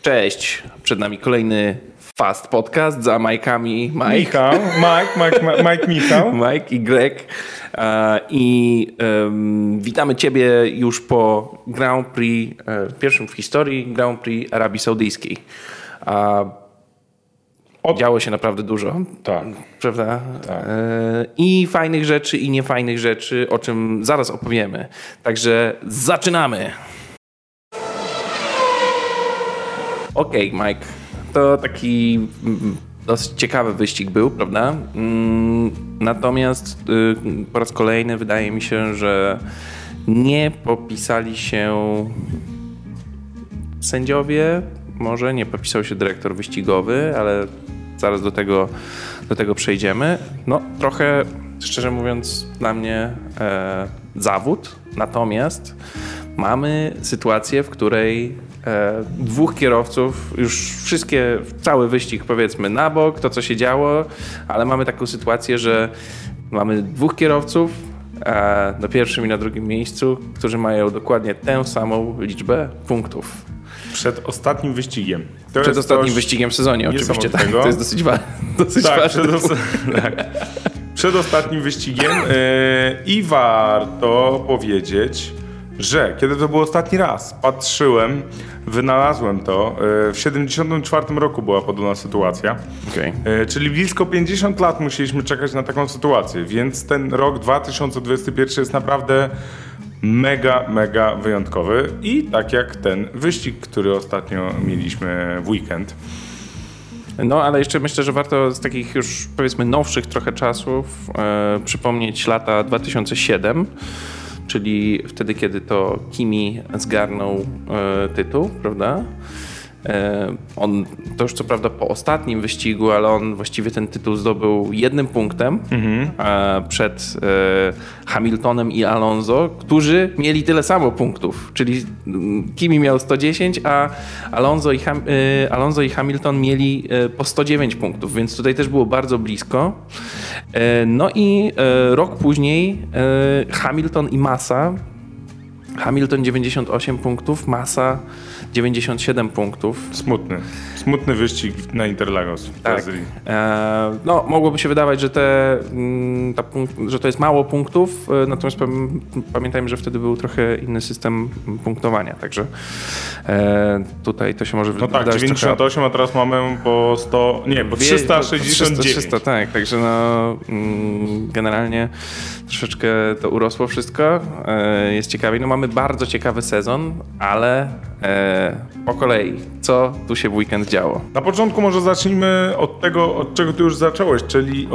Cześć, przed nami kolejny Fast Podcast za Majkami Michał. Mike i Greg. Witamy Ciebie już po Grand Prix, pierwszym w historii Grand Prix Arabii Saudyjskiej. Działo się naprawdę dużo. Tak. Prawda? Tak. I fajnych rzeczy, i niefajnych rzeczy, o czym zaraz opowiemy. Także zaczynamy! Okej, Mike. To taki dosyć ciekawy wyścig był, prawda? Natomiast po raz kolejny wydaje mi się, że nie popisali się sędziowie, może nie popisał się dyrektor wyścigowy, ale zaraz do tego przejdziemy. No trochę, szczerze mówiąc, dla mnie zawód. Natomiast mamy sytuację, w której dwóch kierowców, już cały wyścig powiedzmy na bok, to co się działo, ale mamy taką sytuację, że mamy dwóch kierowców na pierwszym i na drugim miejscu, którzy mają dokładnie tę samą liczbę punktów. Przed ostatnim wyścigiem. Przed ostatnim wyścigiem w sezonie, oczywiście. Tak, to jest dosyć ważne. Przed ostatnim wyścigiem i warto powiedzieć, że kiedy to był ostatni raz, wynalazłem to, w 74 roku była podobna sytuacja, czyli blisko 50 lat musieliśmy czekać na taką sytuację, więc ten rok 2021 jest naprawdę mega wyjątkowy i tak jak ten wyścig, który ostatnio mieliśmy w weekend. No, ale jeszcze myślę, że warto z takich już powiedzmy nowszych trochę czasów przypomnieć lata 2007, czyli wtedy, kiedy to Kimi zgarnął tytuł, prawda? On to już co prawda po ostatnim wyścigu, ale on właściwie ten tytuł zdobył jednym punktem przed Hamiltonem i Alonso, którzy mieli tyle samo punktów, czyli Kimi miał 110, a Alonso i Hamilton mieli po 109 punktów, więc tutaj też było bardzo blisko. No i rok później Hamilton i Massa. Hamilton 98 punktów, Massa 97 punktów. Smutny wyścig na Interlagos w Brazylii. No, mogłoby się wydawać, że że to jest mało punktów, natomiast pamiętajmy, że wtedy był trochę inny system punktowania, także tutaj to się może wydawać. No tak, 98, trochę... a teraz mamy po 369. 300, tak, także no, generalnie troszeczkę to urosło wszystko. Jest ciekawie. No, mamy bardzo ciekawy sezon, ale po kolei, co tu się w weekend działo? Na początku może zacznijmy od tego, od czego ty już zacząłeś, czyli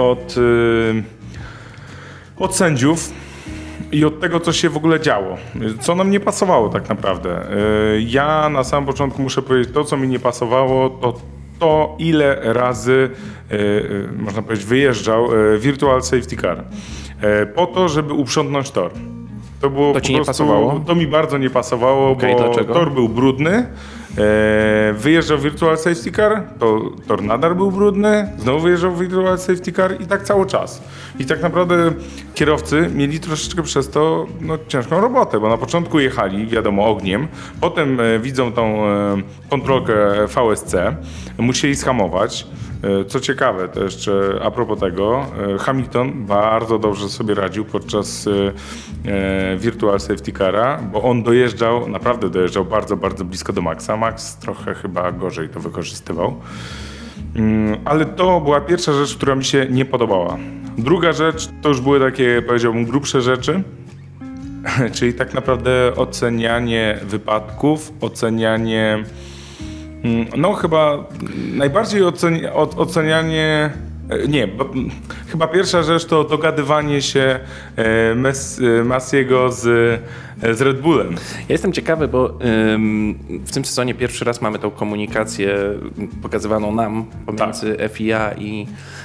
od sędziów i od tego, co się w ogóle działo. Co nam nie pasowało tak naprawdę. Ja na samym początku muszę powiedzieć, to co mi nie pasowało, to ile razy, można powiedzieć, wyjeżdżał Virtual Safety Car po to, żeby uprzątnąć tor. To ci nie pasowało? To mi bardzo nie pasowało, bo dlaczego? Tor był brudny, wyjeżdżał Virtual Safety Car, tor nadal był brudny, znowu wyjeżdżał Virtual Safety Car i tak cały czas. I tak naprawdę kierowcy mieli troszeczkę przez to ciężką robotę, bo na początku jechali, wiadomo, ogniem, potem widzą tą kontrolkę VSC, musieli schamować. Co ciekawe, to jeszcze a propos tego, Hamilton bardzo dobrze sobie radził podczas Virtual Safety Cara, bo on naprawdę dojeżdżał bardzo blisko do Maxa. Max trochę chyba gorzej to wykorzystywał. Ale to była pierwsza rzecz, która mi się nie podobała. Druga rzecz to już były takie, powiedziałbym, grubsze rzeczy, czyli tak naprawdę ocenianie wypadków, ocenianie... No chyba najbardziej ocenianie... chyba pierwsza rzecz to dogadywanie się Massiego z Red Bullem. Ja jestem ciekawy, bo w tym sezonie pierwszy raz mamy tą komunikację pokazywaną nam pomiędzy FIA i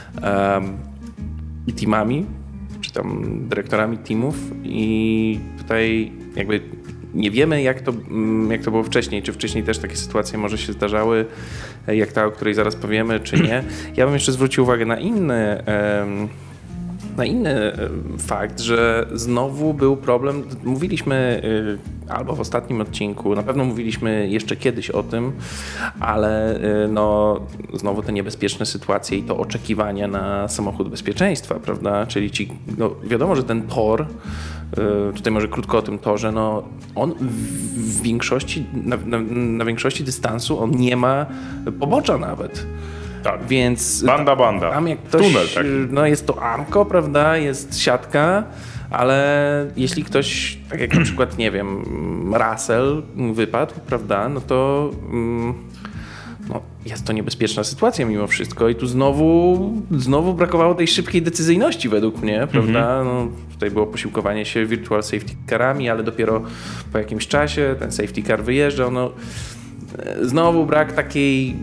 teamami, czy tam dyrektorami teamów i tutaj jakby nie wiemy, jak to było wcześniej. Czy wcześniej też takie sytuacje może się zdarzały, jak ta, o której zaraz powiemy, czy nie. Ja bym jeszcze zwrócił uwagę na na inny fakt, że znowu był problem. Mówiliśmy albo w ostatnim odcinku, na pewno mówiliśmy jeszcze kiedyś o tym, ale no, znowu te niebezpieczne sytuacje i to oczekiwanie na samochód bezpieczeństwa, prawda? Czyli no, wiadomo, że ten tor, tutaj może krótko o tym torze, no on w większości, na większości dystansu on nie ma pobocza nawet. Tak. Więc Banda. tam jak ktoś, Tunel taki. no jest to armko, prawda, jest siatka, ale jeśli ktoś, tak jak na przykład, nie wiem, Russell wypadł, prawda, no to no, jest to niebezpieczna sytuacja mimo wszystko i tu znowu brakowało tej szybkiej decyzyjności według mnie, prawda? No, tutaj było posiłkowanie się virtual safety carami, ale dopiero po jakimś czasie ten safety car wyjeżdżał, no znowu brak takiej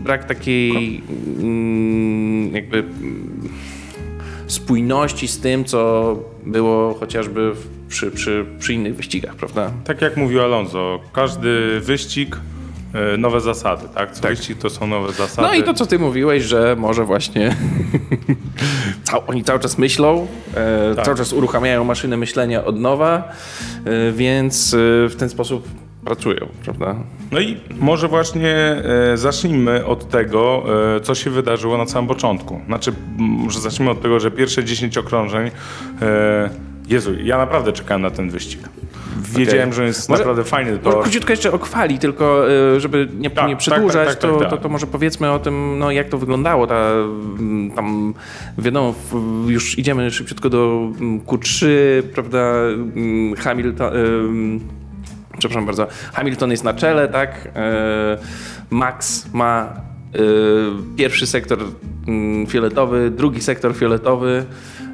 jakby spójności z tym, co było chociażby przy innych wyścigach, prawda? Tak jak mówił Alonso, każdy wyścig nowe zasady, tak? Co wyścig to są nowe zasady. No i to, co ty mówiłeś, że może właśnie oni cały czas myślą, cały czas uruchamiają maszynę myślenia od nowa, więc w ten sposób pracują, prawda? No i może właśnie zacznijmy od tego, co się wydarzyło na samym początku. Znaczy, może zacznijmy od tego, że pierwsze 10 okrążeń, Jezu, ja naprawdę czekałem na ten wyścig. Wiedziałem, że jest naprawdę fajny. Może króciutko jeszcze o kwali, tylko żeby nie przedłużać, to może powiedzmy o tym, no, jak to wyglądało. Tam wiadomo, już idziemy szybciutko do Q3, prawda, przepraszam bardzo, Hamilton jest na czele, tak? Max ma pierwszy sektor fioletowy, drugi sektor fioletowy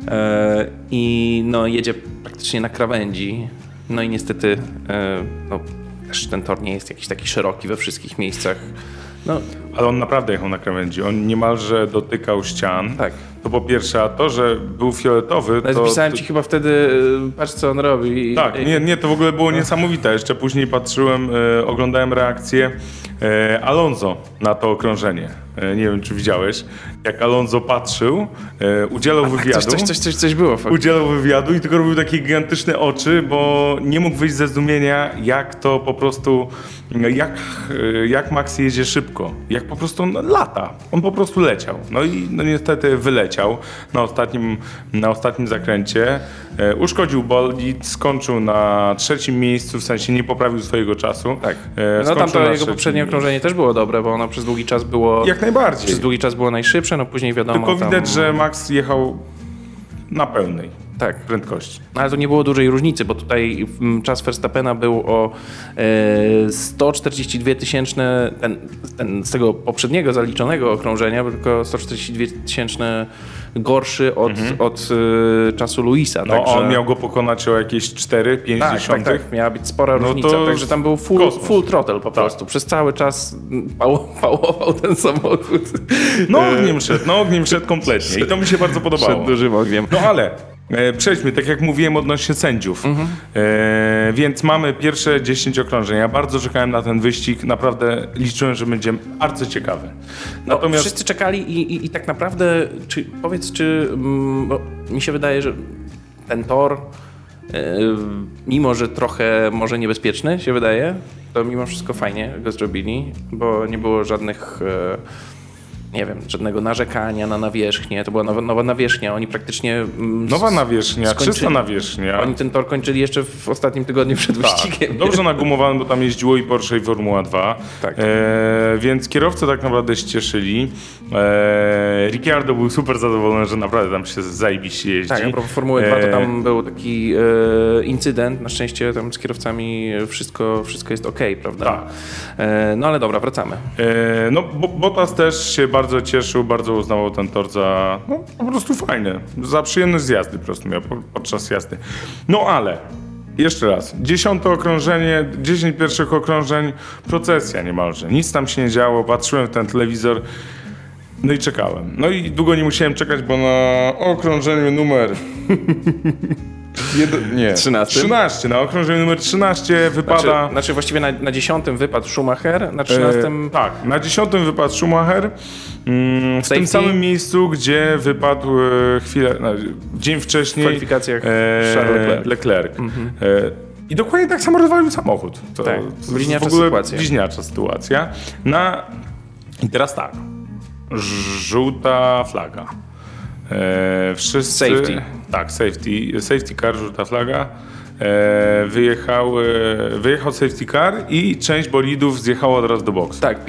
i no, jedzie praktycznie na krawędzi. No i niestety no, też ten tor nie jest jakiś taki szeroki we wszystkich miejscach. No. Ale on naprawdę jechał na krawędzi. On niemalże dotykał ścian. Tak. To po pierwsze, a to, że był fioletowy, to... Pisałem ci chyba wtedy, patrz co on robi. Tak, nie, to w ogóle było niesamowite. Jeszcze później patrzyłem, oglądałem reakcję Alonso na to okrążenie. Nie wiem, czy widziałeś. Jak Alonso patrzył, udzielał wywiadu. Coś było faktycznie. Udzielał wywiadu i tylko robił takie gigantyczne oczy, bo nie mógł wyjść ze zdumienia, jak to po prostu, jak Max jedzie szybko. Jak po prostu on lata. On po prostu leciał. No i no niestety wyleciał na ostatnim zakręcie. Uszkodził bolid, skończył na 3. miejscu, w sensie nie poprawił swojego czasu. Tak. No tam to jego poprzednie okrążenie też było dobre, bo ono przez długi czas było... Jak najbardziej. Przez długi czas było najszybsze, no później wiadomo... Tylko widać, że Max jechał na pełnej prędkości. Ale to nie było dużej różnicy, bo tutaj czas Verstappena był o 142 tysięczne, ten z tego poprzedniego zaliczonego okrążenia, był tylko 142 tysięczne gorszy od czasu Luisa. No także... on miał go pokonać o jakieś 4-5 Tak. Miała być spora różnica, także tam był full throttle po prostu. Przez cały czas pałował ten samochód. Ogniem szedł kompletnie i to mi się bardzo podobało. Przed dużym ogniem. No ale przejdźmy, tak jak mówiłem odnośnie sędziów. Więc mamy pierwsze 10 okrążeń. Ja bardzo czekałem na ten wyścig. Naprawdę liczyłem, że będzie arcyciekawy. Natomiast... Wszyscy czekali i tak naprawdę, powiedz, bo mi się wydaje, że ten tor, mimo że trochę może niebezpieczny się wydaje, to mimo wszystko fajnie go zrobili, bo nie było żadnych... nie wiem, żadnego narzekania na nawierzchnię. To była nowa nawierzchnia. Oni praktycznie... Nowa nawierzchnia, czysta nawierzchnia. Oni ten tor kończyli jeszcze w ostatnim tygodniu przed wyścigiem. Dobrze nagumowany, bo tam jeździło i Porsche i Formuła 2. Tak. Więc kierowcy tak naprawdę się cieszyli. Ricciardo był super zadowolony, że naprawdę tam się zajebiście jeździ. Tak, a propos Formuły 2 to tam był taki incydent. Na szczęście tam z kierowcami wszystko jest okej, prawda? Tak. No ale dobra, wracamy. Bottas też się bardzo cieszył, bardzo uznawał ten tor za po prostu fajny. Za przyjemność z jazdy po prostu miał podczas jazdy. No ale jeszcze raz, 10 okrążenie, 10 pierwszych okrążeń, procesja niemalże. Nic tam się nie działo, patrzyłem w ten telewizor, no i czekałem. No i długo nie musiałem czekać, bo na okrążeniu numer Nie. 13? 13. Na okrążeniu numer 13 wypada... Znaczy właściwie na 10 wypadł Schumacher, na 13... tak, na 10 wypadł Schumacher. W tym samym miejscu, gdzie wypadł dzień wcześniej w kwalifikacjach Charles Leclerc. I dokładnie tak samo rozwalił samochód. To bliźniacza w ogóle sytuacja. Bliźniacza sytuacja. I teraz tak. Żółta flaga. Wszyscy... Safety. Tak, safety car, żółta flaga. Wyjechał safety car i część bolidów zjechała od razu do boksu. Tak,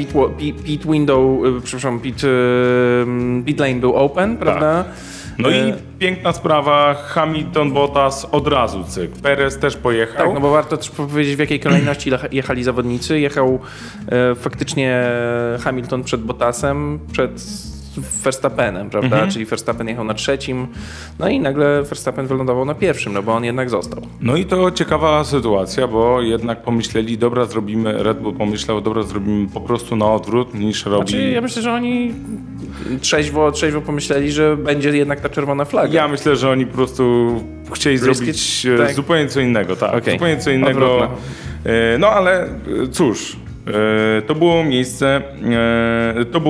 pit lane był open, prawda? No i piękna sprawa, Hamilton, Bottas od razu cyk. Perez też pojechał. Tak, no bo warto też powiedzieć, w jakiej kolejności jechali zawodnicy. Jechał faktycznie Hamilton przed Bottasem, przed Verstappenem, prawda? Czyli Verstappen jechał na 3, no i nagle Verstappen wylądował na 1, no bo on jednak został. No i to ciekawa sytuacja, bo jednak pomyśleli, Red Bull pomyślał, zrobimy po prostu na odwrót, niż robi... Znaczy, ja myślę, że oni trzeźwo pomyśleli, że będzie jednak ta czerwona flaga. Ja myślę, że oni po prostu chcieli zrobić tak. zupełnie co innego, tak. Okay. Zupełnie co innego. Odwrotne. No ale cóż, to było miejsce, to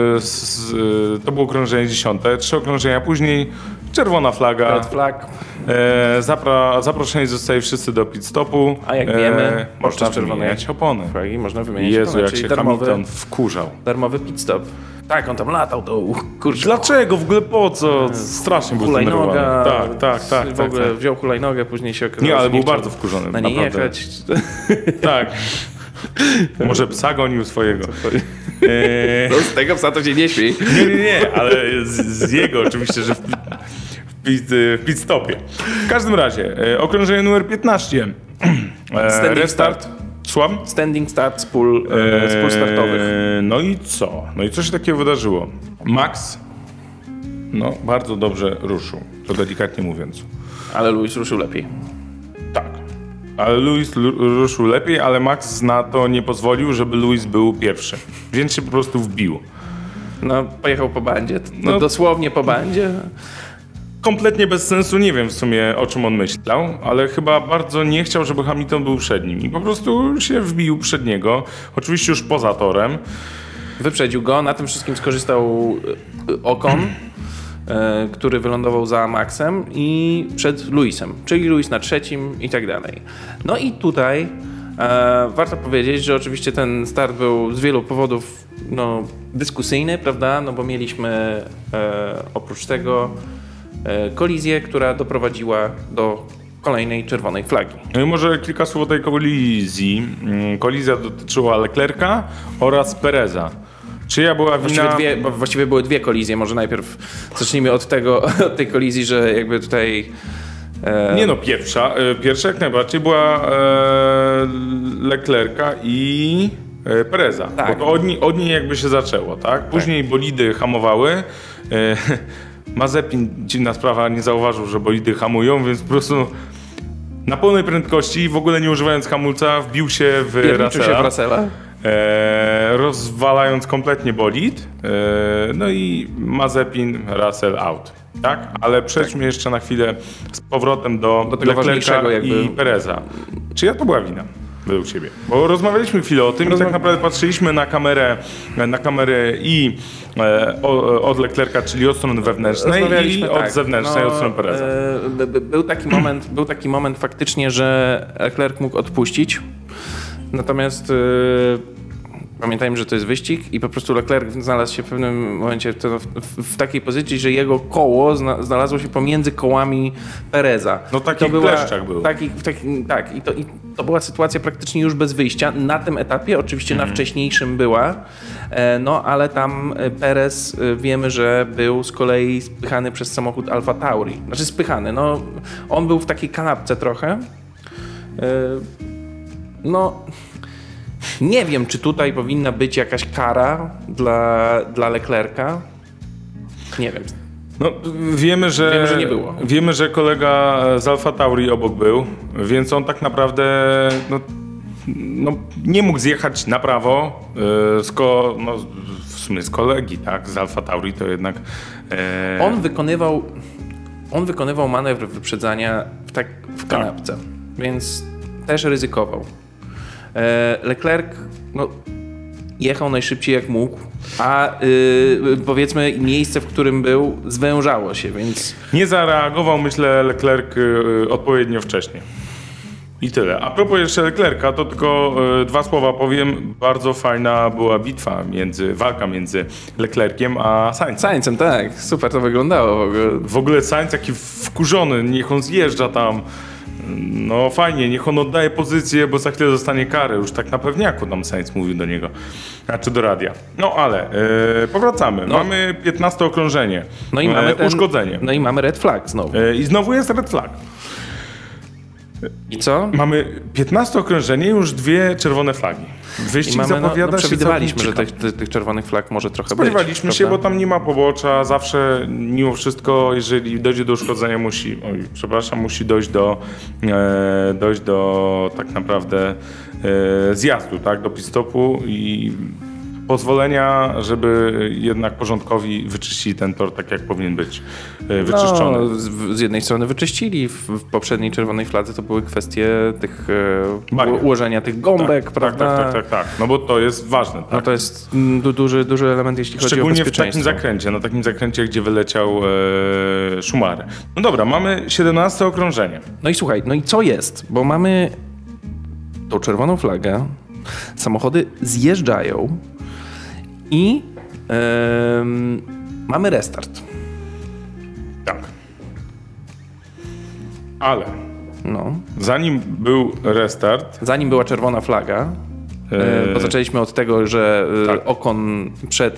było okrążenie 10, 3 okrążenia później, czerwona flaga. Red flag. Zaproszeni zostali wszyscy do pit stopu. A jak wiemy, można wymieniać opony. Flagi można wymieniać Jezu, opony, jak czyli się Hamilton wkurzał. Darmowy pit stop. Tak, on tam latał, to kurczę. Dlaczego? W ogóle po co? Strasznie był zdenerwowany. Tak. W ogóle wziął hulajnogę, później się okazało, nie, ale że był chciał bardzo wkurzony. na nie naprawdę. jechać. Tak. Może psa gonił swojego. No, z tego psa to się nie śmiej. Nie, ale z jego oczywiście, że w pit stopie. W każdym razie, okrążenie numer 15. Restart. Słucham? Standing start z pól startowych. No i co? No i co się takiego wydarzyło? Max bardzo dobrze ruszył, to delikatnie mówiąc. Ale Lewis ruszył lepiej. Tak. Ale Lewis ruszył lepiej, ale Max na to nie pozwolił, żeby Lewis był pierwszy. Więc się po prostu wbił. No, pojechał po bandzie. Dosłownie po bandzie. Kompletnie bez sensu, nie wiem w sumie o czym on myślał, ale chyba bardzo nie chciał, żeby Hamilton był przed nim i po prostu się wbił przed niego, oczywiście już poza torem. Wyprzedził go, na tym wszystkim skorzystał Ocon, który wylądował za Maxem i przed Lewisem, czyli Lewis na 3 i tak dalej. No i tutaj warto powiedzieć, że oczywiście ten start był z wielu powodów dyskusyjny, prawda, no bo mieliśmy oprócz tego kolizję, która doprowadziła do kolejnej czerwonej flagi. No i może kilka słów o tej kolizji. Kolizja dotyczyła Leclerca oraz Pereza. Czyja była wina? Właściwie były dwie kolizje. Może najpierw zacznijmy od tej kolizji, że jakby tutaj... Pierwsza jak najbardziej była Leclerca i Pereza. Tak. Bo to od niej jakby się zaczęło, tak? Później bolidy hamowały. Mazepin, dziwna sprawa, nie zauważył, że bolidy hamują, więc po prostu na pełnej prędkości, w ogóle nie używając hamulca, wbił się w Russella. Rozwalając kompletnie bolid. No i Mazepin, Russell out. Tak? Ale przejdźmy jeszcze na chwilę z powrotem do Leclerca i Pereza. Czyja to była wina według ciebie? Bo rozmawialiśmy chwilę o tym i tak naprawdę patrzyliśmy na kamerę i od Leclerca, czyli od strony wewnętrznej i od zewnętrznej, od strony Pereza. Był taki moment faktycznie, że Leclerc mógł odpuścić. Natomiast pamiętajmy, że to jest wyścig i po prostu Leclerc znalazł się w pewnym momencie w takiej pozycji, że jego koło znalazło się pomiędzy kołami Pereza. No taki w kleszczach był. Tak, i to była sytuacja praktycznie już bez wyjścia. Na tym etapie, oczywiście na wcześniejszym była, ale tam Perez wiemy, że był z kolei spychany przez samochód Alfa Tauri. Znaczy spychany, on był w takiej kanapce trochę. Nie wiem, czy tutaj powinna być jakaś kara dla Leclerca. Nie wiem. Wiemy, że nie było. Wiemy, że kolega z Alfa Tauri obok był, więc on tak naprawdę nie mógł zjechać na prawo w sumie z kolegi, tak? Z Alfa Tauri to jednak... On wykonywał... on wykonywał manewr wyprzedzania w kanapce, więc też ryzykował. Leclerc jechał najszybciej jak mógł, a powiedzmy miejsce, w którym był, zwężało się, więc... Nie zareagował, myślę, Leclerc odpowiednio wcześnie. I tyle. A propos jeszcze Leclerca, to tylko 2 słowa powiem. Bardzo fajna była walka między Leclerciem a Sainzem. Sainzem, tak. Super to wyglądało w ogóle. W ogóle Sainz taki wkurzony, niech on zjeżdża tam. No fajnie, niech on oddaje pozycję, bo za chwilę dostanie karę. Już tak na pewniaku tam Sainz mówił do niego. Znaczy do radia. No ale powracamy. Mamy 15 okrążenie. No i mamy uszkodzenie. No i mamy red flag znowu. I znowu jest red flag. I co? Mamy 15 okrążenie i już 2 czerwone flagi. Wyścig zapowiada się przewidywaliśmy, że tych czerwonych flag może trochę Spodziewaliśmy się, bo tam nie ma pobocza. Zawsze mimo wszystko, jeżeli dojdzie do uszkodzenia, musi dojść do tak naprawdę zjazdu, tak, do pit-stopu i pozwolenia, żeby jednak porządkowi wyczyścili ten tor tak, jak powinien być wyczyszczony. No, z jednej strony wyczyścili. W poprzedniej czerwonej fladze to były kwestie tych ułożenia tych gąbek, prawda? Tak. No bo to jest ważne. Tak? No to jest duży element, jeśli chodzi o szczególnie bezpieczeństwo. na takim zakręcie, gdzie wyleciał Schumacher. No dobra, mamy 17 okrążenie. No i słuchaj, no i co jest? Bo mamy tą czerwoną flagę, samochody zjeżdżają i mamy restart. Tak. Ale No. zanim był restart... Zanim była czerwona flaga, bo zaczęliśmy od tego, że Ocon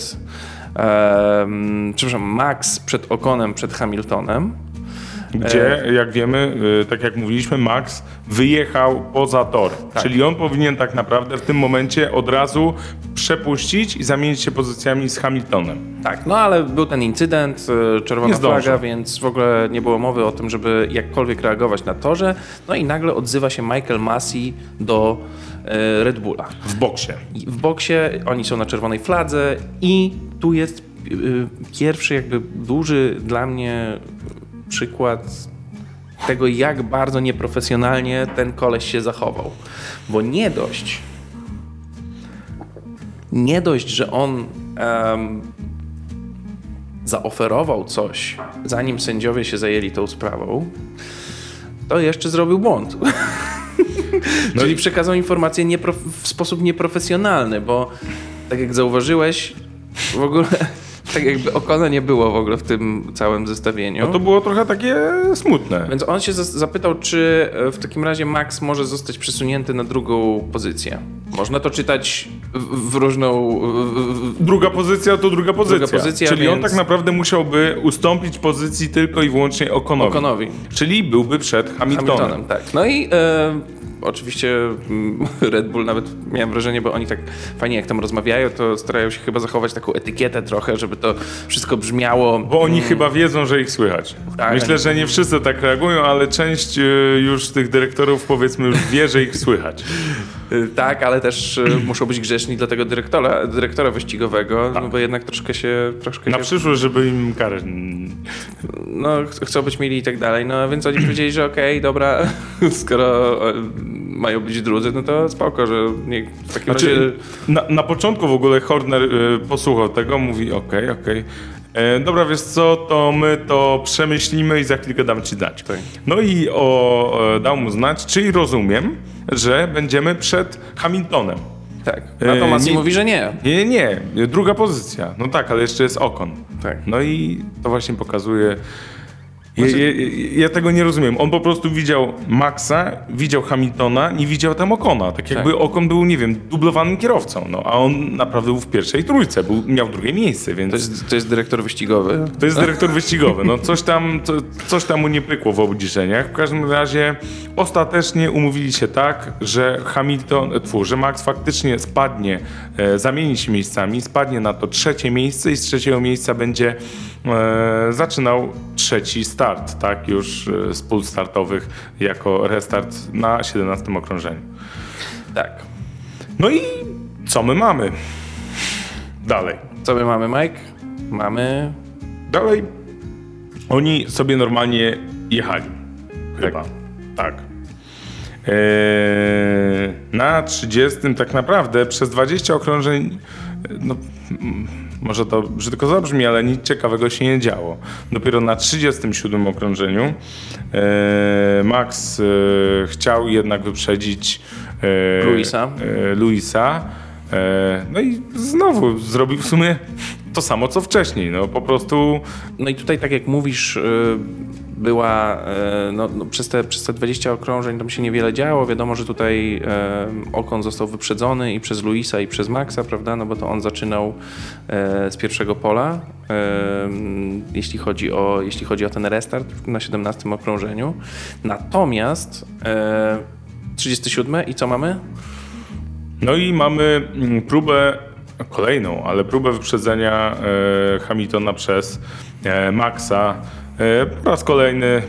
Max przed Oconem, przed Hamiltonem. Gdzie, jak wiemy, tak jak mówiliśmy, Max wyjechał poza tor. Tak. Czyli on powinien tak naprawdę w tym momencie od razu przepuścić i zamienić się pozycjami z Hamiltonem. Tak, no ale był ten incydent, czerwona flaga, więc w ogóle nie było mowy o tym, żeby jakkolwiek reagować na torze. No i nagle odzywa się Michael Masi do Red Bulla. W boksie. W boksie, oni są na czerwonej fladze i tu jest pierwszy jakby duży dla mnie przykład tego, jak bardzo nieprofesjonalnie ten koleś się zachował. Bo nie dość, że on zaoferował coś, zanim sędziowie się zajęli tą sprawą, to jeszcze zrobił błąd. No czyli przekazał informację w sposób nieprofesjonalny, bo tak jak zauważyłeś, w ogóle tak jakby Ocona nie było w ogóle w tym całym zestawieniu. No to było trochę takie smutne. Więc on się zapytał, czy w takim razie Max może zostać przesunięty na drugą pozycję. Można to czytać w różną... Druga pozycja to druga pozycja. Czyli więc... on tak naprawdę musiałby ustąpić pozycji tylko i wyłącznie Oconowi. Czyli byłby przed Hamiltonem. Tak. No i oczywiście Red Bull nawet miałem wrażenie, bo oni tak fajnie jak tam rozmawiają, to starają się chyba zachować taką etykietę trochę, żeby to wszystko brzmiało. Bo oni chyba wiedzą, że ich słychać. Tak, myślę, że nie wszyscy tak reagują, ale część już tych dyrektorów powiedzmy już wie, że ich słychać. Tak, ale też muszą być grzeczni dla tego dyrektora wyścigowego, no bo jednak troszkę się... Na przyszłość, żeby im karę... No, chcą być mili i tak dalej, no więc oni powiedzieli, że okej, dobra, skoro mają być drudzy, no to spoko, że niech w takim razie... Na początku w ogóle Horner posłuchał tego, mówi okej. Dobra, wiesz co, to my to przemyślimy i za chwilkę dam ci znać. Tak. No i dał mu znać, czyli rozumiem, że będziemy przed Hamiltonem. Tak, a to Masi mówi, że nie. Nie, druga pozycja. No tak, ale jeszcze jest Ocon. Tak. No i to właśnie pokazuje... Ja tego nie rozumiem. On po prostu widział Maxa, widział Hamiltona, nie widział tam Ocona. Tak jakby Ocon był, nie wiem, dublowanym kierowcą. No, a on naprawdę był w pierwszej trójce, miał drugie miejsce, więc... To jest dyrektor wyścigowy? To jest dyrektor wyścigowy. No coś tam mu nie pykło w obliczeniach. W każdym razie ostatecznie umówili się tak, że że Max faktycznie spadnie, zamieni się miejscami, spadnie na to trzecie miejsce i z trzeciego miejsca będzie zaczynał trzeci start, tak, już z pól startowych jako restart na 17 okrążeniu. Tak. No i co my mamy dalej? Co my mamy, Mike? Mamy... Dalej Oni sobie normalnie jechali. Chyba. Tak. Na 30 tak naprawdę przez 20 okrążeń, no, może to brzydko zabrzmi, ale nic ciekawego się nie działo. Dopiero na 37 okrążeniu Max chciał jednak wyprzedzić Luisa. No i znowu zrobił w sumie to samo co wcześniej. No po prostu. No i tutaj, tak jak mówisz, była przez te 20 okrążeń tam się niewiele działo. Wiadomo, że tutaj Ocon został wyprzedzony i przez Luisa, i przez Maxa, prawda? No bo to on zaczynał z pierwszego pola, jeśli chodzi o ten restart na 17 okrążeniu. Natomiast 37 i co mamy? No i mamy próbę kolejną, ale próbę wyprzedzenia Hamiltona przez Maxa. Po raz kolejny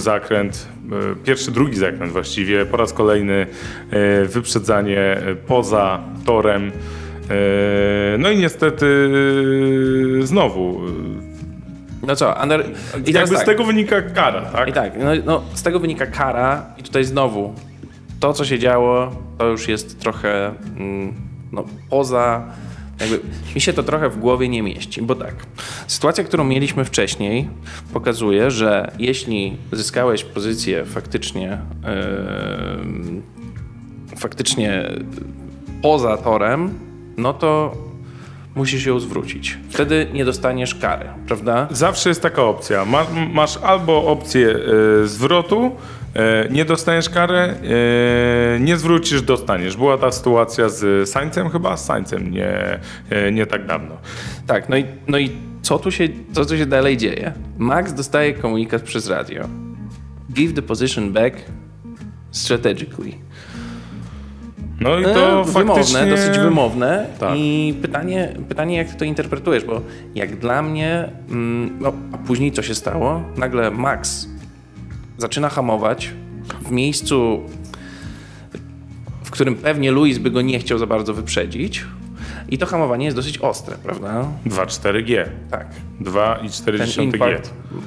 drugi zakręt właściwie, po raz kolejny wyprzedzanie poza torem. No i niestety znowu. No co, i jakby tak, z tego wynika kara, tak? I tak, no z tego wynika kara i tutaj znowu to, co się działo, to już jest trochę poza. Jakby mi się to trochę w głowie nie mieści, bo tak, sytuacja, którą mieliśmy wcześniej, pokazuje, że jeśli zyskałeś pozycję faktycznie poza torem, no to musisz ją zwrócić. Wtedy nie dostaniesz kary, prawda? Zawsze jest taka opcja. Masz albo opcję zwrotu, nie dostaniesz karę, nie zwrócisz, dostaniesz. Była ta sytuacja z Sainzem chyba? Z Sainzem nie tak dawno. Tak, no i co tu się dalej dzieje? Max dostaje komunikat przez radio. Give the position back strategically. No i to faktycznie... Dosyć wymowne. Tak. I pytanie, jak ty to interpretujesz, bo jak dla mnie, a później co się stało? Nagle Max zaczyna hamować w miejscu, w którym pewnie Lewis by go nie chciał za bardzo wyprzedzić. I to hamowanie jest dosyć ostre, prawda? 2,4G. Tak. 2,4G.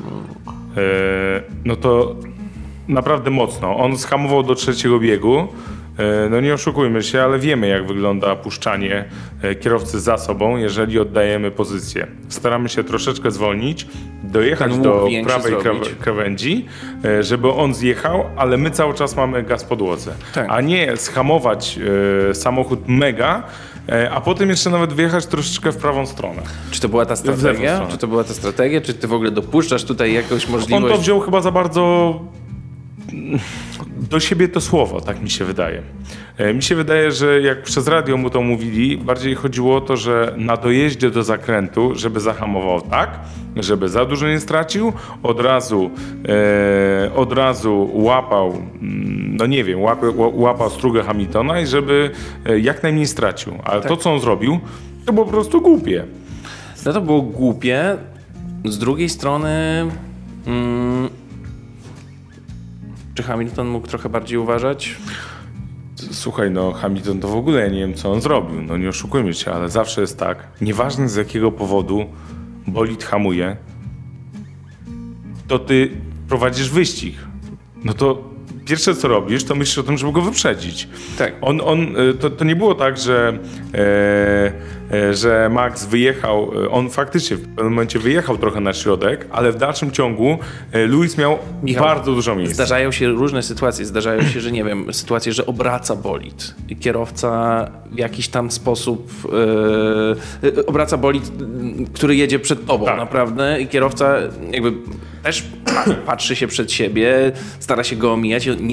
No to naprawdę mocno. On zhamował do trzeciego biegu. No nie oszukujmy się, ale wiemy, jak wygląda puszczanie kierowcy za sobą, jeżeli oddajemy pozycję. Staramy się troszeczkę zwolnić, dojechać do prawej krawędzi, żeby on zjechał, ale my cały czas mamy gaz w podłodze. Tak. A nie zhamować samochód mega, a potem jeszcze nawet wyjechać troszeczkę w prawą stronę. Czy to była ta strategia? Czy ty w ogóle dopuszczasz tutaj jakąś możliwość? On to wziął chyba za bardzo do siebie to słowo, tak mi się wydaje. Mi się wydaje, że jak przez radio mu to mówili, bardziej chodziło o to, że na dojeździe do zakrętu, żeby zahamował tak, żeby za dużo nie stracił, od razu łapał, no nie wiem, łapał strugę Hamiltona i żeby jak najmniej stracił. Ale to, co on zrobił, to było po prostu głupie. No to było głupie. Z drugiej strony... Czy Hamilton mógł trochę bardziej uważać? Słuchaj, no Hamilton to w ogóle ja nie wiem, co on zrobił. No nie oszukujmy się, ale zawsze jest tak. Nieważne z jakiego powodu bolid hamuje, to ty prowadzisz wyścig. No to pierwsze, co robisz, to myślisz o tym, żeby go wyprzedzić. Tak. To nie było tak, że Max wyjechał, on faktycznie w pewnym momencie wyjechał trochę na środek, ale w dalszym ciągu Lewis miał bardzo dużo miejsca. Zdarzają się różne sytuacje. Zdarzają się, że nie wiem, sytuacje, że obraca bolid. Kierowca w jakiś tam sposób obraca bolid, który jedzie przed tobą, tak. Naprawdę. I kierowca jakby też patrzy się przed siebie, stara się go omijać. Nie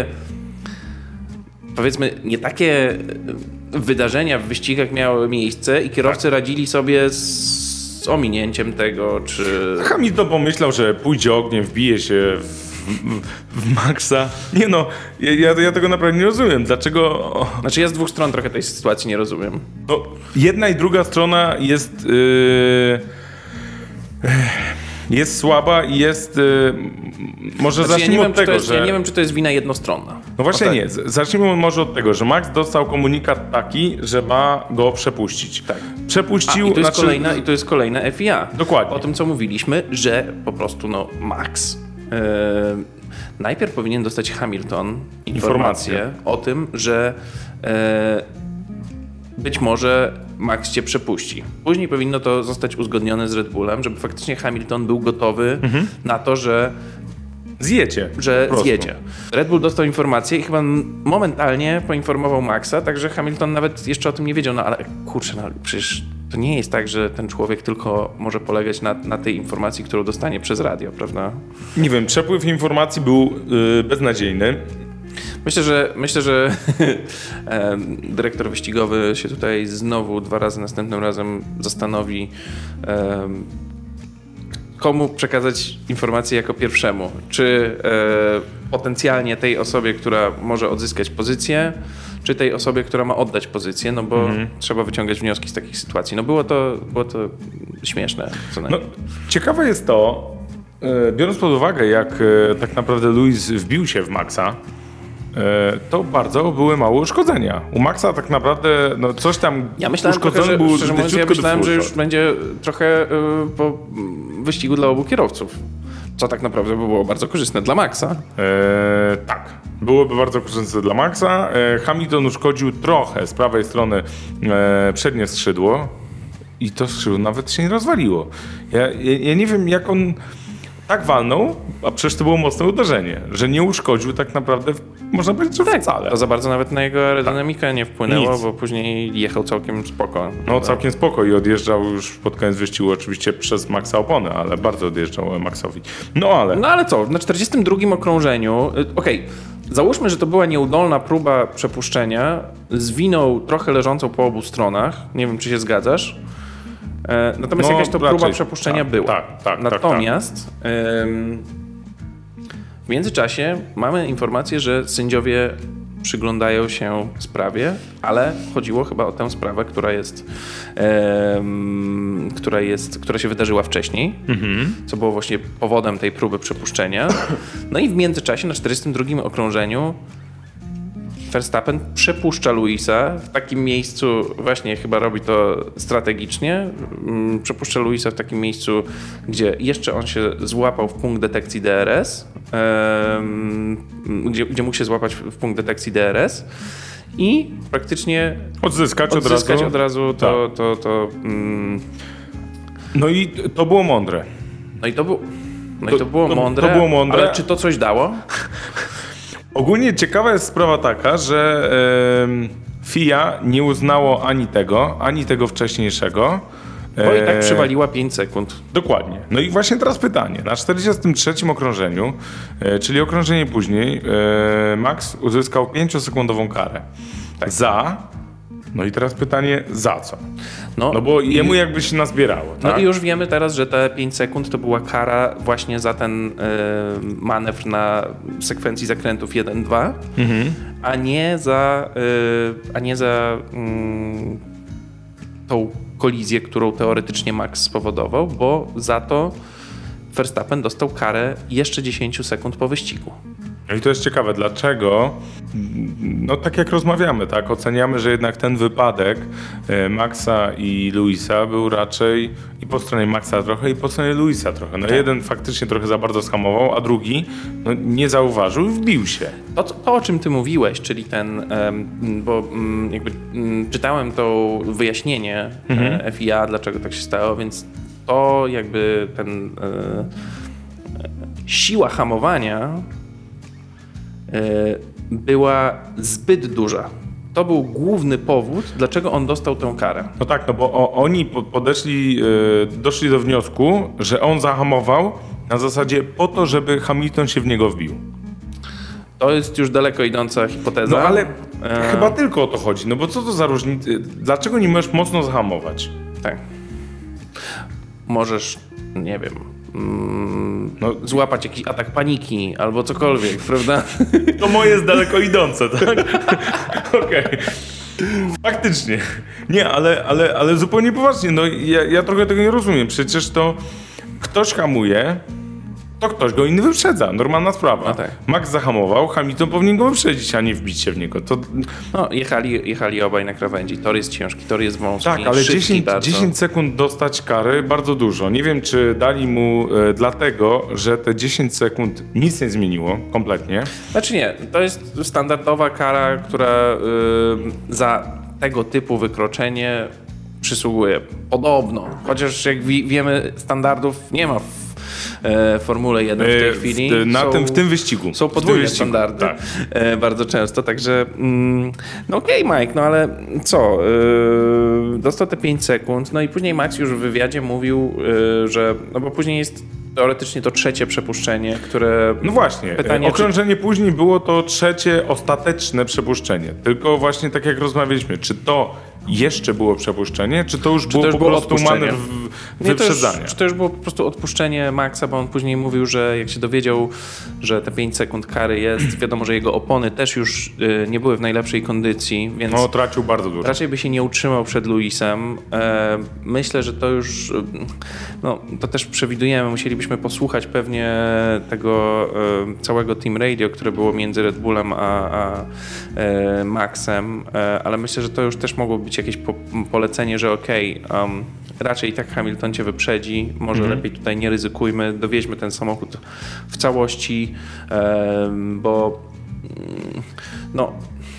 takie wydarzenia w wyścigach miały miejsce i kierowcy radzili sobie z ominięciem tego, czy... Hamilton pomyślał, że pójdzie ogniem, wbije się w Maxa. Nie no, ja tego naprawdę nie rozumiem. Dlaczego... Znaczy ja z dwóch stron trochę tej sytuacji nie rozumiem. No, jedna i druga strona jest... Jest słaba i jest... może zacznijmy od tego, że... Ja nie wiem, czy to jest wina jednostronna. No właśnie tak. nie. Zacznijmy może od tego, że Max dostał komunikat taki, że ma go przepuścić. Tak. Przepuścił... I to jest kolejna FIA. Dokładnie. O tym, co mówiliśmy, że po prostu Max najpierw powinien dostać Hamilton informację o tym, że być może Max cię przepuści. Później powinno to zostać uzgodnione z Red Bullem, żeby faktycznie Hamilton był gotowy na to, że zjedzie. Red Bull dostał informację i chyba momentalnie poinformował Maxa, także Hamilton nawet jeszcze o tym nie wiedział, no ale kurczę, no przecież to nie jest tak, że ten człowiek tylko może polegać na tej informacji, którą dostanie przez radio, prawda? Nie wiem, przepływ informacji był beznadziejny. Myślę, że dyrektor wyścigowy się tutaj znowu 2 razy następnym razem zastanowi, komu przekazać informację jako pierwszemu. Czy potencjalnie tej osobie, która może odzyskać pozycję, czy tej osobie, która ma oddać pozycję, no bo trzeba wyciągać wnioski z takich sytuacji. No było to śmieszne. Co najmniej. No, ciekawe jest to, biorąc pod uwagę, jak tak naprawdę Lewis wbił się w Maxa, to bardzo były małe uszkodzenia. U Maxa tak naprawdę coś tam uszkodzony był. Szczerze mówiąc, ja myślałem, że już będzie trochę po wyścigu dla obu kierowców. Co tak naprawdę by było bardzo korzystne dla Maxa. Tak, byłoby bardzo korzystne dla Maxa. Hamilton uszkodził trochę z prawej strony przednie skrzydło i to skrzydło nawet się nie rozwaliło. Ja nie wiem, jak on tak walnął, a przecież to było mocne uderzenie, że nie uszkodził tak naprawdę, można powiedzieć, że wcale. To za bardzo nawet na jego aerodynamikę nie wpłynęło, Nic. bo później jechał całkiem spoko. No całkiem spoko i odjeżdżał już pod koniec wyścigu oczywiście przez Maxa opony, ale bardzo odjeżdżał Maxowi. No ale co, na 42 okrążeniu, załóżmy, że to była nieudolna próba przepuszczenia, zwinął trochę leżącą po obu stronach, nie wiem, czy się zgadzasz. Natomiast jakaś to próba przepuszczenia była. Tak. Natomiast w międzyczasie mamy informację, że sędziowie przyglądają się sprawie, ale chodziło chyba o tę sprawę, która się wydarzyła wcześniej, co było właśnie powodem tej próby przepuszczenia. No i w międzyczasie na 42 okrążeniu Verstappen przepuszcza Lewisa w takim miejscu, właśnie chyba robi to strategicznie, przepuszcza Lewisa w takim miejscu, gdzie jeszcze on się złapał w punkt detekcji DRS, gdzie mógł się złapać w punkt detekcji DRS i praktycznie odzyskać od razu to. No i to było mądre. To było mądre, ale czy to coś dało? Ogólnie ciekawa jest sprawa taka, że FIA nie uznało ani tego wcześniejszego. Bo i tak przywaliła 5 sekund. Dokładnie. No i właśnie teraz pytanie. Na 43 okrążeniu, czyli okrążenie później, Max uzyskał 5-sekundową karę. Tak. No i teraz pytanie, za co? No bo jemu jakby się nazbierało. Tak? No i już wiemy teraz, że te 5 sekund to była kara właśnie za ten manewr na sekwencji zakrętów 1-2, a nie za tą kolizję, którą teoretycznie Max spowodował, bo za to Verstappen dostał karę jeszcze 10 sekund po wyścigu. No i to jest ciekawe, dlaczego, no tak jak rozmawiamy, tak, oceniamy, że jednak ten wypadek Maxa i Lewisa był raczej i po stronie Maxa trochę, i po stronie Lewisa trochę. No jeden faktycznie trochę za bardzo skamował, a drugi nie zauważył i wbił się. To, o czym ty mówiłeś, czyli bo jakby czytałem to wyjaśnienie FIA, dlaczego tak się stało, więc to jakby siła hamowania była zbyt duża. To był główny powód, dlaczego on dostał tę karę. No tak, no bo oni doszli do wniosku, że on zahamował na zasadzie po to, żeby Hamilton się w niego wbił. To jest już daleko idąca hipoteza. No ale chyba tylko o to chodzi, no bo co to za różnica? Dlaczego nie możesz mocno zahamować? Tak. Możesz, nie wiem, złapać jakiś atak paniki albo cokolwiek, prawda? To moje jest daleko idące, tak? Okej. Faktycznie. Nie, ale zupełnie poważnie, no ja trochę tego nie rozumiem. Przecież to ktoś hamuje to ktoś go inny wyprzedza. Normalna sprawa. No tak. Max zahamował, Hamilton powinien go wyprzedzić, a nie wbić się w niego. To... No, jechali obaj na krawędzi. Tor jest ciężki, tor jest wąski, Tak, ale szybki 10 sekund dostać kary bardzo dużo. Nie wiem, czy dali mu dlatego, że te 10 sekund nic nie zmieniło kompletnie. Znaczy nie, to jest standardowa kara, która za tego typu wykroczenie przysługuje. Podobno. Chociaż jak wiemy, standardów nie ma w Formule 1 w tej chwili. W tym wyścigu. Są podwójne standardy. Tak. Bardzo często, także no okej, Mike, no ale co? Dostał te 5 sekund, no i później Max już w wywiadzie mówił, że, no bo później jest teoretycznie to trzecie przepuszczenie, które... No właśnie, okrążenie później było to trzecie, ostateczne przepuszczenie. Tylko właśnie tak jak rozmawialiśmy, czy to jeszcze było przepuszczenie, czy to już było po prostu manewr wyprzedzania? Czy to już było po prostu odpuszczenie Maxa, bo on później mówił, że jak się dowiedział, że te 5 sekund kary jest, wiadomo, że jego opony też już nie były w najlepszej kondycji, więc... No, tracił bardzo dużo. Raczej by się nie utrzymał przed Lewisem. Myślę, że to już... No, to też przewidujemy. Musielibyśmy posłuchać pewnie tego całego Team Radio, które było między Red Bullem a Maxem, ale myślę, że to już też mogło być jakieś polecenie, że raczej i tak Hamilton cię wyprzedzi, może lepiej tutaj nie ryzykujmy, dowieźmy ten samochód w całości, bo no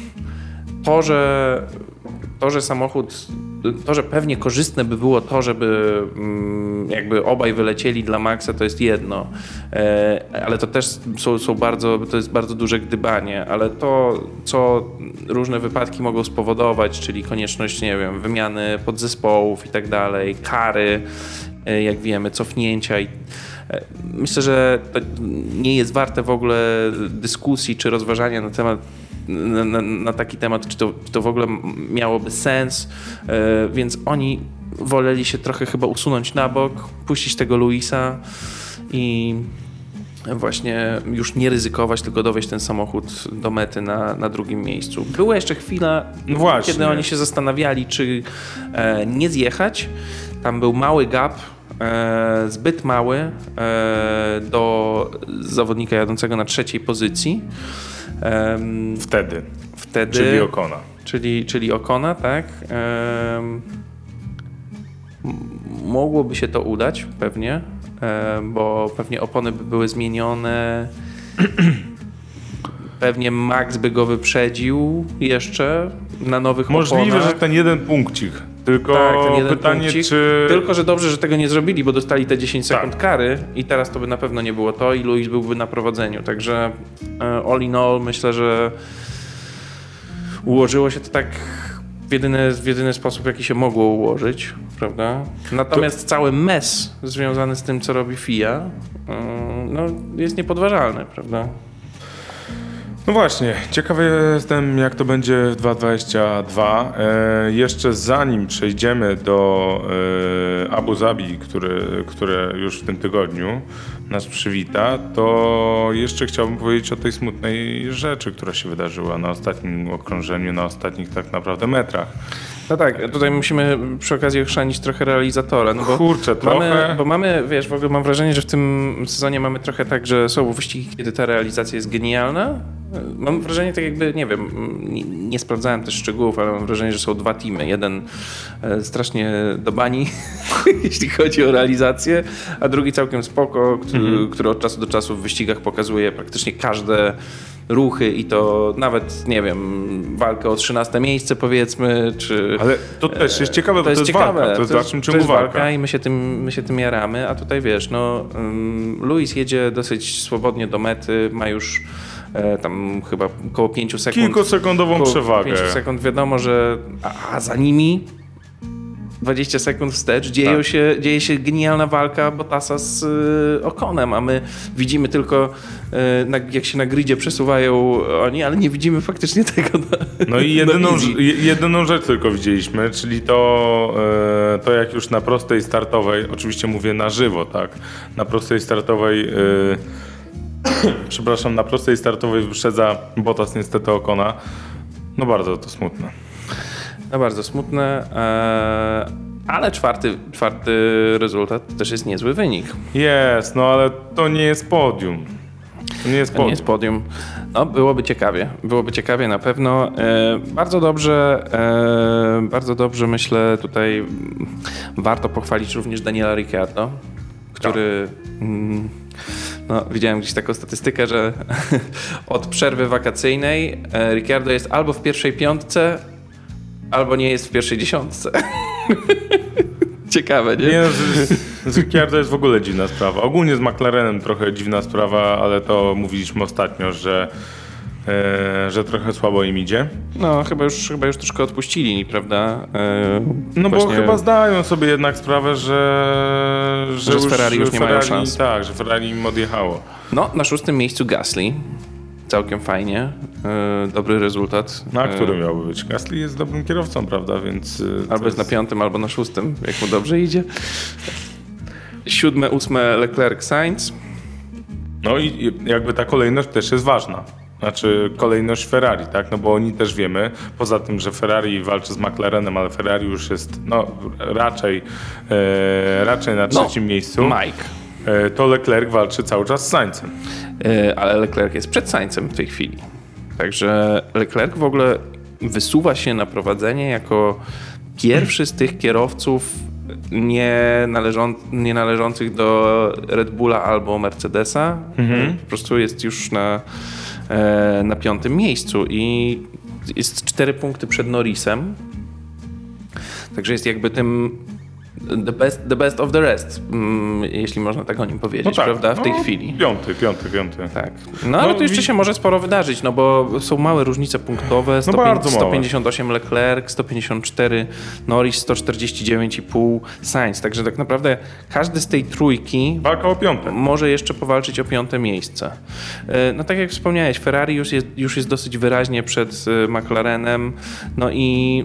to, że samochód, to, że pewnie korzystne by było to, żeby jakby obaj wylecieli dla Maxa, to jest jedno, ale to też to jest bardzo duże gdybanie, ale to, co różne wypadki mogą spowodować, czyli konieczność, nie wiem, wymiany podzespołów i tak dalej, kary, jak wiemy, cofnięcia i myślę, że to nie jest warte w ogóle dyskusji czy rozważania na temat na taki temat, czy to w ogóle miałoby sens, więc oni woleli się trochę chyba usunąć na bok, puścić tego Lewisa i właśnie już nie ryzykować, tylko dowieźć ten samochód do mety na drugim miejscu. Była jeszcze chwila, kiedy oni się zastanawiali, czy nie zjechać. Tam był mały gap, zbyt mały do zawodnika jadącego na trzeciej pozycji. Wtedy. Czyli Ocona. Czyli Ocona, tak. Mogłoby się to udać pewnie, bo pewnie opony by były zmienione. Pewnie Max by go wyprzedził jeszcze na nowych oponach. Możliwe, że ten jeden punkcik. Tylko tak, ten jeden pytanie, punkcik. Czy... Tylko, że dobrze, że tego nie zrobili, bo dostali te 10 sekund kary i teraz to by na pewno nie było to i Lewis byłby na prowadzeniu. Także all in all myślę, że ułożyło się to tak w jedyny sposób, jaki się mogło ułożyć, prawda? Natomiast cały mes związany z tym, co robi FIA, no, jest niepodważalny, prawda? No właśnie, ciekawy jestem, jak to będzie w 2022. Jeszcze zanim przejdziemy do Abu Zabi, które już w tym tygodniu nas przywita, to jeszcze chciałbym powiedzieć o tej smutnej rzeczy, która się wydarzyła na ostatnim okrążeniu, na ostatnich tak naprawdę metrach. No tak, tutaj musimy przy okazji ochrzanić trochę realizatora. No bo kurczę, trochę. Bo mamy, wiesz, w ogóle mam wrażenie, że w tym sezonie mamy trochę tak, że są wyścigi, kiedy ta realizacja jest genialna. Mam wrażenie, tak jakby, nie wiem, nie sprawdzałem też szczegółów, ale mam wrażenie, że są dwa teamy. Jeden strasznie do bani, jeśli chodzi o realizację, a drugi całkiem spoko, który od czasu do czasu w wyścigach pokazuje praktycznie każde ruchy i to nawet, nie wiem, walkę o 13 miejsce powiedzmy, czy... Ale to też jest ciekawe, bo to jest ciekawe. Walka, to jest w dalszym ciągu walka. I my się tym jaramy, a tutaj wiesz, no Lewis jedzie dosyć swobodnie do mety, ma już tam chyba około 5 sekund. Kilkusekundową przewagę. 5 sekund, wiadomo, że a za nimi 20 sekund wstecz dzieje się genialna walka Bottasa z Oconem, a my widzimy tylko jak się na gridzie przesuwają oni, ale nie widzimy faktycznie tego. No i jedyną rzecz tylko widzieliśmy, czyli to jak już na prostej startowej, oczywiście mówię na żywo, tak, na prostej startowej przepraszam, na prostej startowej wyprzedza Bottas niestety Ocona. No bardzo to smutne. No bardzo smutne, Ale czwarty rezultat też jest niezły wynik. Jest, no ale to nie jest podium. To nie jest To nie podium. jest podium. No, byłoby ciekawie. Byłoby ciekawie na pewno. Bardzo dobrze myślę tutaj warto pochwalić również Daniela Ricciardo, który no, widziałem gdzieś taką statystykę, że od przerwy wakacyjnej Ricciardo jest albo w pierwszej piątce, albo nie jest w pierwszej dziesiątce. Ciekawe, nie? Nie, z Ricciardo jest w ogóle dziwna sprawa. Ogólnie z McLarenem trochę dziwna sprawa, ale to mówiliśmy ostatnio, że trochę słabo im idzie. No, chyba już troszkę odpuścili, prawda? No Właśnie... bo chyba zdają sobie jednak sprawę, że z Ferrari już nie mają szans. Tak, że Ferrari im odjechało. No, na 6. miejscu Gasly. Całkiem fajnie. Dobry rezultat. Na którym miałby być? Gasly jest dobrym kierowcą, prawda? Więc Albo jest na 5., albo na 6., jak mu dobrze idzie. 7., 8. Leclerc, Sainz. No i jakby ta kolejność też jest ważna. Znaczy kolejność Ferrari, tak? No bo oni też wiemy, poza tym, że Ferrari walczy z McLarenem, ale Ferrari już jest raczej na trzecim miejscu. Mike. To Leclerc walczy cały czas z Sainzem. Ale Leclerc jest przed Sainzem w tej chwili. Także Leclerc w ogóle wysuwa się na prowadzenie jako pierwszy z tych kierowców nie należących do Red Bulla albo Mercedesa. Po prostu jest już na 5. miejscu i jest 4 punkty przed Norrisem. Także jest jakby tym the best of the rest, jeśli można tak o nim powiedzieć, No tak, prawda? W tej chwili. Piąty. Tak. No ale tu jeszcze się może sporo wydarzyć, no bo są małe różnice punktowe. 158 Leclerc, 154 Norris, 149,5 Sainz. Także tak naprawdę każdy z tej trójki Walka o 5. może jeszcze powalczyć o 5. miejsce. No tak jak wspomniałeś, Ferrari już jest dosyć wyraźnie przed McLarenem. No i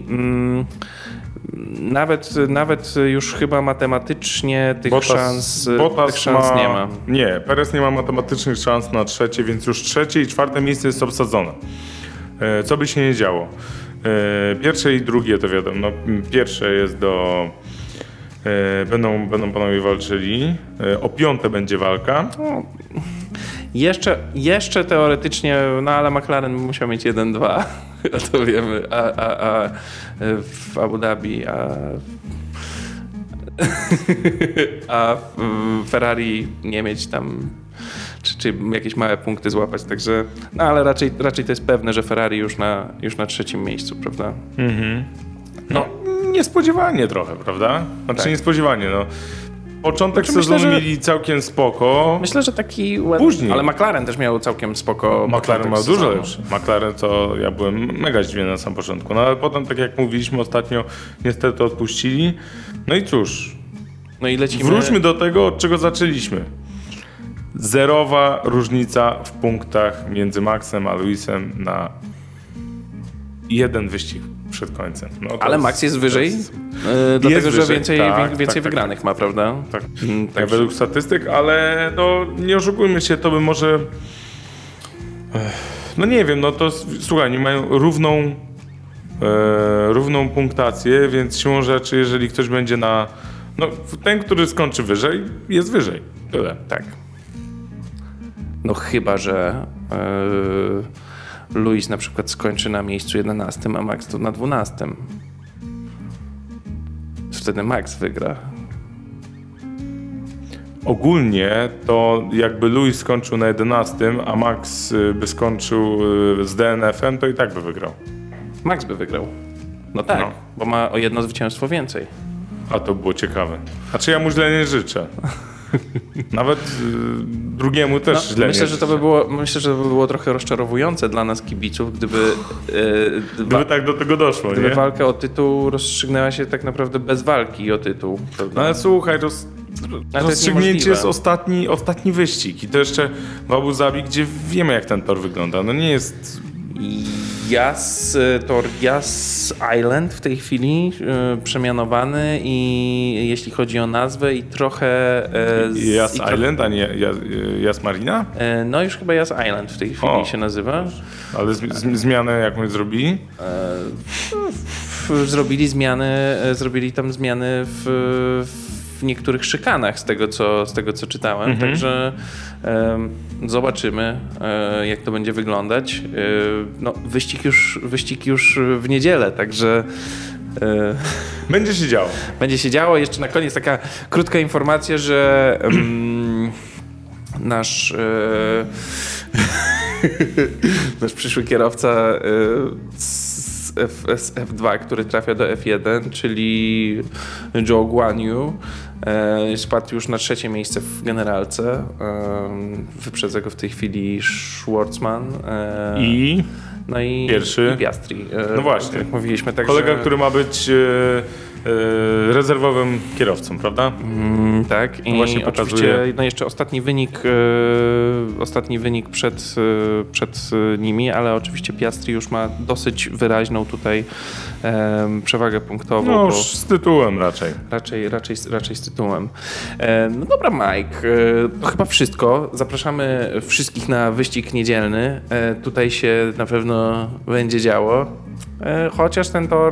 nawet już chyba matematycznie tych szans nie ma. Nie, Perez nie ma matematycznych szans na trzecie, więc już 3. i 4. miejsce jest obsadzone. Co by się nie działo. Pierwsze i drugie to wiadomo. No, pierwsze jest do... Będą panowie walczyli. O 5. będzie walka. No, jeszcze teoretycznie, no ale McLaren musiał mieć 1-2, to wiemy, a w Abu Dhabi, a w Ferrari nie mieć tam, czy jakieś małe punkty złapać, także, no ale raczej to jest pewne, że Ferrari już na 3. miejscu, prawda? No, niespodziewanie trochę, prawda? Znaczy Tak. niespodziewanie, no. Początek Myślę, sezonu że- mieli całkiem spoko. Myślę, że taki... Później. Ale McLaren też miał całkiem spoko... McLaren ma początek dużo sezonu. lepszy. McLaren to ja byłem mega zdziwiony na samym początku. No ale potem, tak jak mówiliśmy ostatnio, niestety odpuścili. No i cóż, No i lecimy... wróćmy do tego, od czego zaczęliśmy. Zerowa różnica w punktach między Maxem a Lewisem na 1 wyścig przed końcem. No, to Ale Max jest wyżej, dlatego że wyżej, więcej tak, wygranych ma, prawda? Tak, Także- według statystyk, ale no, nie oszukujmy się, to by może... No nie wiem, no to słuchaj, oni mają równą punktację, więc siłą rzeczy, jeżeli ktoś będzie na... No ten, który skończy wyżej, jest wyżej. Tyle. Tak. No chyba, że Lewis na przykład skończy na miejscu 11, a Max to na 12. Wtedy Max wygra. Ogólnie to jakby Lewis skończył na 11, a Max by skończył z DNF-em, to i tak by wygrał. Max by wygrał. No tak, No. bo ma o jedno zwycięstwo więcej. A to było ciekawe. Znaczy ja mu źle nie życzę. Nawet drugiemu też źle nie Myślę, życzę. że to by było trochę rozczarowujące dla nas kibiców, gdyby Gdyby tak do tego doszło, gdyby nie? walka o tytuł rozstrzygnęła się tak naprawdę bez walki o tytuł. Prawda? No ale słuchaj, rozstrzygnięcie jest niemożliwe. ostatni wyścig i to jeszcze w Abu Zabi, gdzie wiemy jak ten tor wygląda. No nie jest... Tor Yas Island w tej chwili przemianowany i jeśli chodzi o nazwę i trochę... Yas Island, a nie Yas Marina? No już chyba Yas Island w tej chwili się nazywa. Ale zmianę jakąś zrobili? zrobili tam zmiany w niektórych szykanach z tego co czytałem, także zobaczymy, jak to będzie wyglądać. No, wyścig już w niedzielę, także Będzie się działo. będzie się działo. Jeszcze na koniec taka krótka informacja, że nasz nasz przyszły kierowca z F2, który trafia do F1, czyli Zhou Guanyu, spadł już na 3. miejsce w generalce. Wyprzedza go w tej chwili Schwartzman. No i pierwszy? I Piastri. No właśnie. Jak mówiliśmy, tak, Kolega, że... który ma być rezerwowym kierowcą, prawda? Tak. I właśnie oczywiście no jeszcze ostatni wynik przed nimi, ale oczywiście Piastri już ma dosyć wyraźną tutaj przewagę punktową. No już z tytułem raczej. Raczej z tytułem. No dobra, Mike, to chyba wszystko. Zapraszamy wszystkich na wyścig niedzielny. Tutaj się na pewno będzie działo. Chociaż ten tor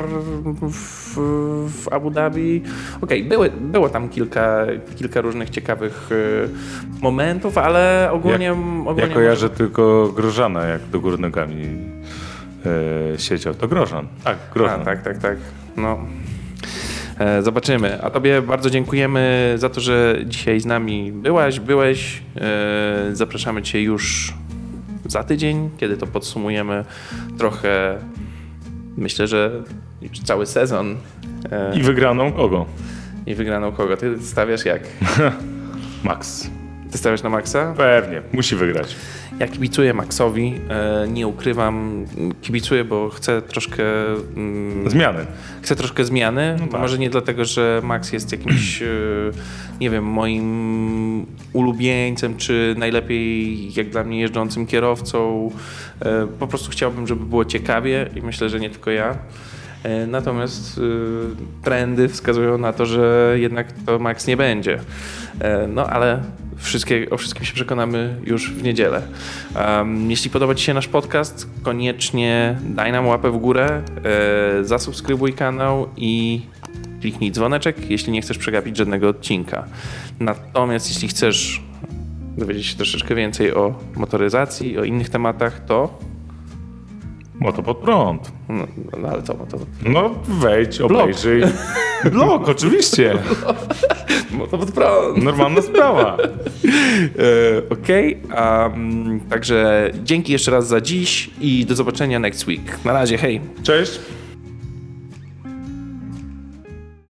w Abu Dhabi, było tam kilka różnych ciekawych momentów, ale ogólnie... Ja kojarzę tylko Grożana, jak do góry nogami siedział. To Grożan. Tak, Grożan. Tak. No. Zobaczymy. A tobie bardzo dziękujemy za to, że dzisiaj z nami byłeś. Zapraszamy cię już za tydzień, kiedy to podsumujemy trochę, myślę, że już cały sezon. I wygraną kogo? I wygraną kogo? Ty stawiasz jak? Max. Ty stawiasz na Maxa? Pewnie, musi wygrać. Ja kibicuję Maxowi, nie ukrywam, kibicuję, bo chcę troszkę... Zmiany. Chcę troszkę zmiany, No tak. Może nie dlatego, że Max jest jakimś, nie wiem, moim ulubieńcem, czy najlepiej jak dla mnie jeżdżącym kierowcą. Po prostu chciałbym, żeby było ciekawie i myślę, że nie tylko ja. Natomiast trendy wskazują na to, że jednak to Max nie będzie. No ale o wszystkim się przekonamy już w niedzielę. Jeśli podoba ci się nasz podcast, koniecznie daj nam łapę w górę, zasubskrybuj kanał i kliknij dzwoneczek, jeśli nie chcesz przegapić żadnego odcinka. Natomiast jeśli chcesz dowiedzieć się troszeczkę więcej o motoryzacji, o innych tematach, to... Moto pod prąd. No ale co moto? No wejdź, obejrzyj. Blog, oczywiście. Moto pod prąd. Normalna sprawa. Okej. Także dzięki jeszcze raz za dziś i do zobaczenia next week. Na razie, hej. Cześć.